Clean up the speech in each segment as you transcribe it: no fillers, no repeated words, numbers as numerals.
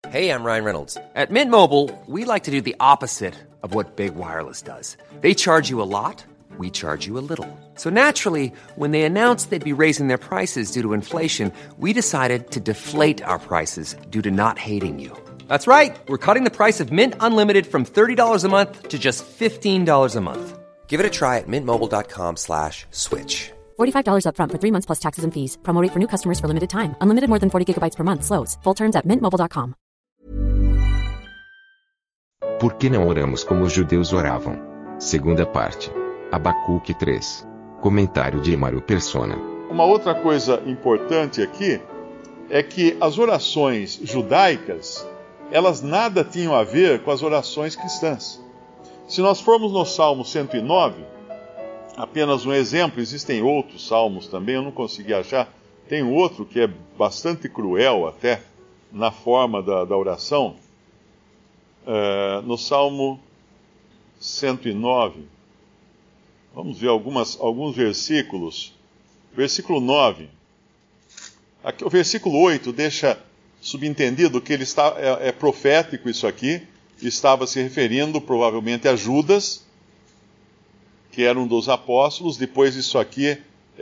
Hey, I'm Ryan Reynolds. At Mint Mobile, we like to do the opposite of what Big Wireless does. They charge you a lot, we charge you a little. So naturally, when they announced they'd be raising their prices due to inflation, we decided to deflate our prices due to not hating you. That's right. We're cutting the price of Mint Unlimited from $30 a month to just $15 a month. Give it a try at mintmobile.com/switch. $45 up front for 3 months plus taxes and fees. Promo rate for new customers for limited time. Unlimited more than 40 gigabytes per month. Slows full terms at mintmobile.com. Por que não oramos como os judeus oravam? Segunda parte. Abacuque 3. Comentário de Mário Persona. Uma outra coisa importante aqui é que as orações judaicas, elas nada tinham a ver com as orações cristãs. Se nós formos no Salmo 109, apenas um exemplo, existem outros salmos também, eu não consegui achar. Tem outro que é bastante cruel até, na forma da oração. No Salmo 109, vamos ver alguns versículos. Versículo 9. Aqui, o versículo 8 deixa subentendido que ele é profético isso aqui, estava se referindo provavelmente a Judas, que era um dos apóstolos. Depois isso aqui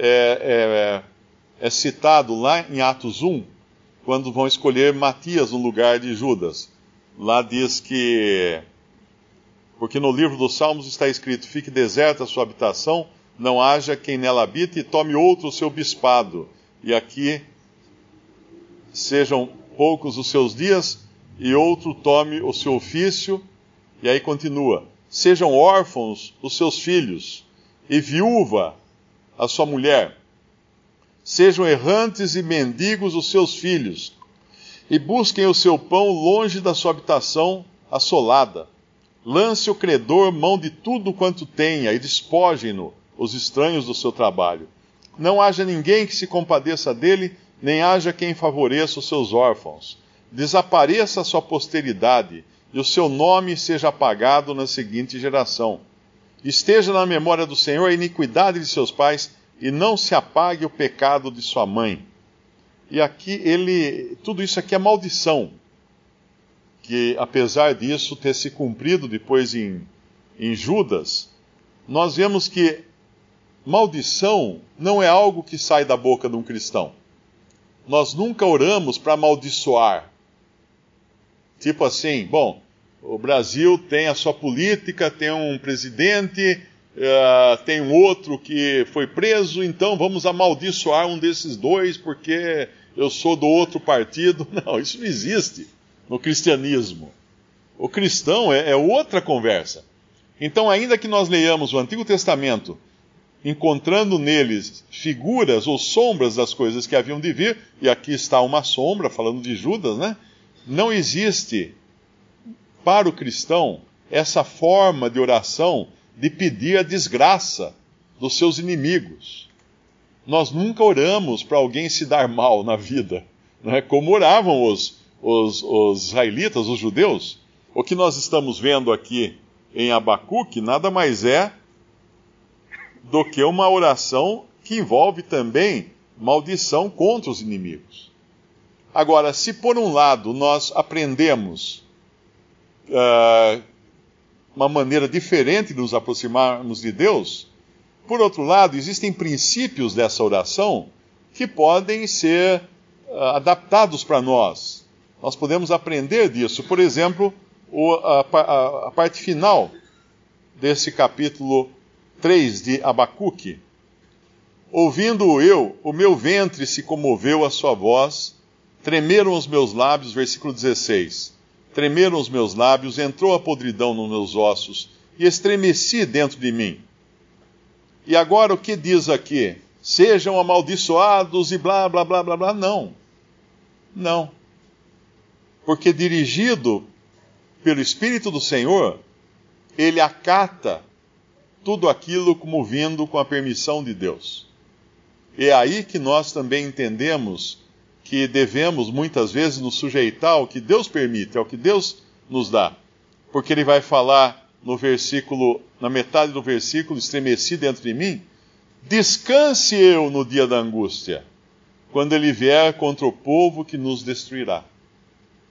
é citado lá em Atos 1, quando vão escolher Matias no lugar de Judas. Lá diz que, porque no livro dos Salmos está escrito: fique deserta a sua habitação, não haja quem nela habite, e tome outro o seu bispado. E aqui, sejam poucos os seus dias, e outro tome o seu ofício. E aí continua: sejam órfãos os seus filhos, e viúva a sua mulher. Sejam errantes e mendigos os seus filhos, e busquem o seu pão longe da sua habitação assolada. Lance o credor mão de tudo quanto tenha, e despojem-no os estranhos do seu trabalho. Não haja ninguém que se compadeça dele, nem haja quem favoreça os seus órfãos. Desapareça a sua posteridade, e o seu nome seja apagado na seguinte geração. Esteja na memória do Senhor a iniquidade de seus pais, e não se apague o pecado de sua mãe. E aqui tudo isso aqui é maldição, que apesar disso ter se cumprido depois em Judas, nós vemos que maldição não é algo que sai da boca de um cristão. Nós nunca oramos para amaldiçoar. Tipo assim, bom, o Brasil tem a sua política, tem um presidente, tem um outro que foi preso, então vamos amaldiçoar um desses dois porque eu sou do outro partido. Não, isso não existe no cristianismo. O cristão é outra conversa. Então, ainda que nós leiamos o Antigo Testamento, encontrando neles figuras ou sombras das coisas que haviam de vir, e aqui está uma sombra, falando de Judas, né? Não existe para o cristão essa forma de oração de pedir a desgraça dos seus inimigos. Nós nunca oramos para alguém se dar mal na vida, né? Como oravam os israelitas, os judeus. O que nós estamos vendo aqui em Abacuque nada mais é do que uma oração que envolve também maldição contra os inimigos. Agora, se por um lado nós aprendemos uma maneira diferente de nos aproximarmos de Deus, por outro lado, existem princípios dessa oração que podem ser adaptados para nós. Nós podemos aprender disso. Por exemplo, a parte final desse capítulo 3 de Abacuque. Ouvindo-o eu, o meu ventre se comoveu à sua voz, tremeram os meus lábios, versículo 16. Tremeram os meus lábios, entrou a podridão nos meus ossos, e estremeci dentro de mim. E agora o que diz aqui? Sejam amaldiçoados e blá, blá, blá, blá, blá. Não. Não. Porque dirigido pelo Espírito do Senhor, ele acata tudo aquilo como vindo com a permissão de Deus. E é aí que nós também entendemos que devemos muitas vezes nos sujeitar ao que Deus permite, ao que Deus nos dá. Porque ele vai falar no versículo, na metade do versículo, estremeci dentro de mim, descanse eu no dia da angústia, quando ele vier contra o povo que nos destruirá.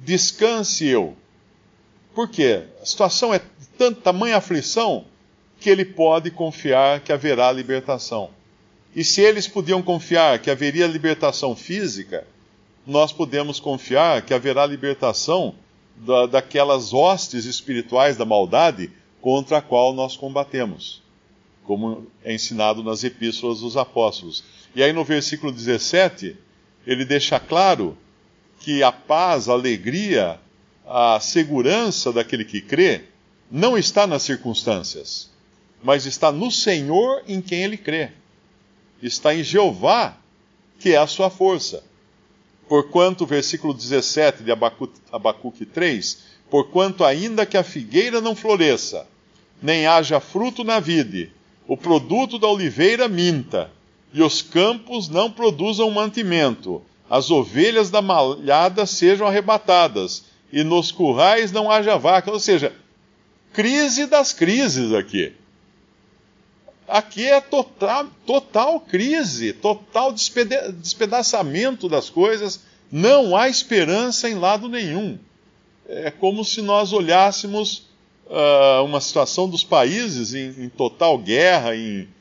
descanse eu. Por quê? A situação é de tamanha aflição que ele pode confiar que haverá libertação. E se eles podiam confiar que haveria libertação física, nós podemos confiar que haverá libertação daquelas hostes espirituais da maldade contra a qual nós combatemos, como é ensinado nas epístolas dos apóstolos. E aí no versículo 17, ele deixa claro que a paz, a alegria, a segurança daquele que crê não está nas circunstâncias, mas está no Senhor em quem ele crê. Está em Jeová, que é a sua força. Porquanto, versículo 17 de Abacuque 3, porquanto ainda que a figueira não floresça, nem haja fruto na vide, o produto da oliveira minta, e os campos não produzam mantimento, as ovelhas da malhada sejam arrebatadas, e nos currais não haja vaca. Ou seja, crise das crises aqui. Aqui é total crise, total despedaçamento das coisas, não há esperança em lado nenhum. É como se nós olhássemos uma situação dos países em total guerra,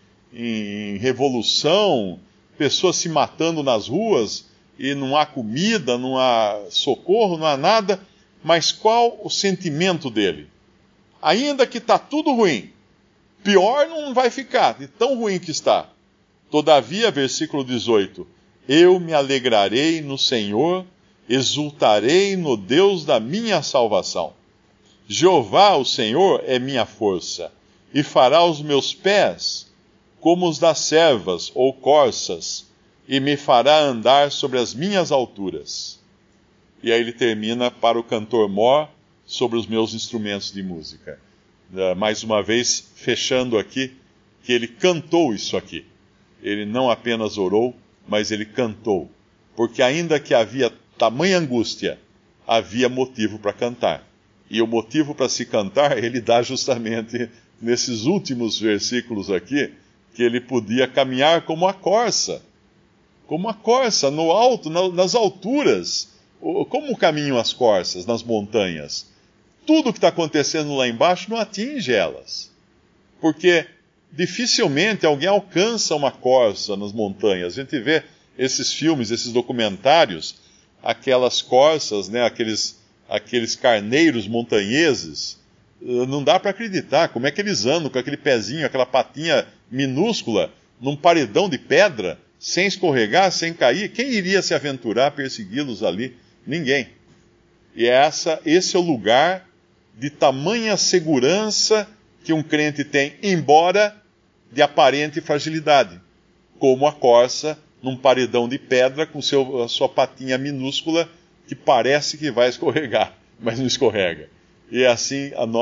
em revolução, pessoas se matando nas ruas, e não há comida, não há socorro, não há nada, mas qual o sentimento dele? Ainda que está tudo ruim, pior não vai ficar, de tão ruim que está. Todavia, versículo 18, eu me alegrarei no Senhor, exultarei no Deus da minha salvação. Jeová, o Senhor, é minha força, e fará os meus pés como os das servas ou corças, e me fará andar sobre as minhas alturas. E aí ele termina para o cantor mor sobre os meus instrumentos de música. Mais uma vez, fechando aqui, que ele cantou isso aqui. Ele não apenas orou, mas ele cantou. Porque ainda que havia tamanha angústia, havia motivo para cantar. E o motivo para se cantar, ele dá justamente nesses últimos versículos aqui, que ele podia caminhar como a corça. Como a corça, no alto, nas alturas. Como caminham as corças nas montanhas? Tudo que está acontecendo lá embaixo não atinge elas. Porque dificilmente alguém alcança uma corça nas montanhas. A gente vê esses filmes, esses documentários, aquelas corças, né, aqueles carneiros montanheses. Não dá para acreditar como é que eles andam com aquele pezinho, aquela patinha minúscula, num paredão de pedra, sem escorregar, sem cair. Quem iria se aventurar a persegui-los ali? Ninguém. E esse é o lugar de tamanha segurança que um crente tem, embora de aparente fragilidade, como a corça num paredão de pedra com a sua patinha minúscula que parece que vai escorregar, mas não escorrega. E é assim a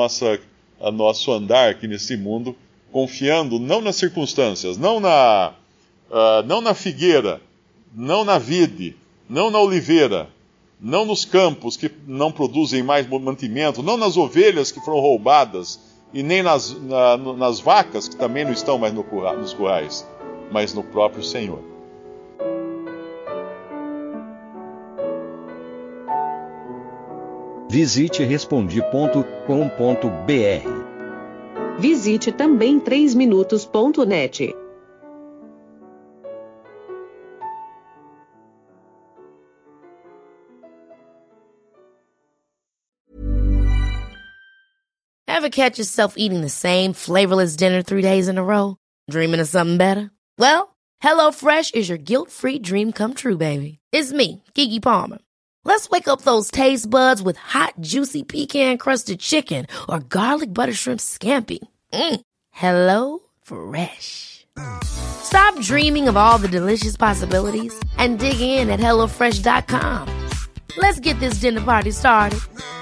nosso andar aqui nesse mundo, confiando não nas circunstâncias, não na figueira, não na vide, não na oliveira, não nos campos que não produzem mais mantimento, não nas ovelhas que foram roubadas, e nem nas vacas que também não estão mais nos currais, mas no próprio Senhor. Visite Respondi.com.br. Visite também 3minutos.net. Ever catch yourself eating the same flavorless dinner 3 days in a row? Dreaming of something better? Well, HelloFresh is your guilt-free dream come true, baby. It's me, Keke Palmer. Let's wake up those taste buds with hot, juicy pecan-crusted chicken or garlic butter shrimp scampi. Hello Fresh. Stop dreaming of all the delicious possibilities and dig in at HelloFresh.com. Let's get this dinner party started.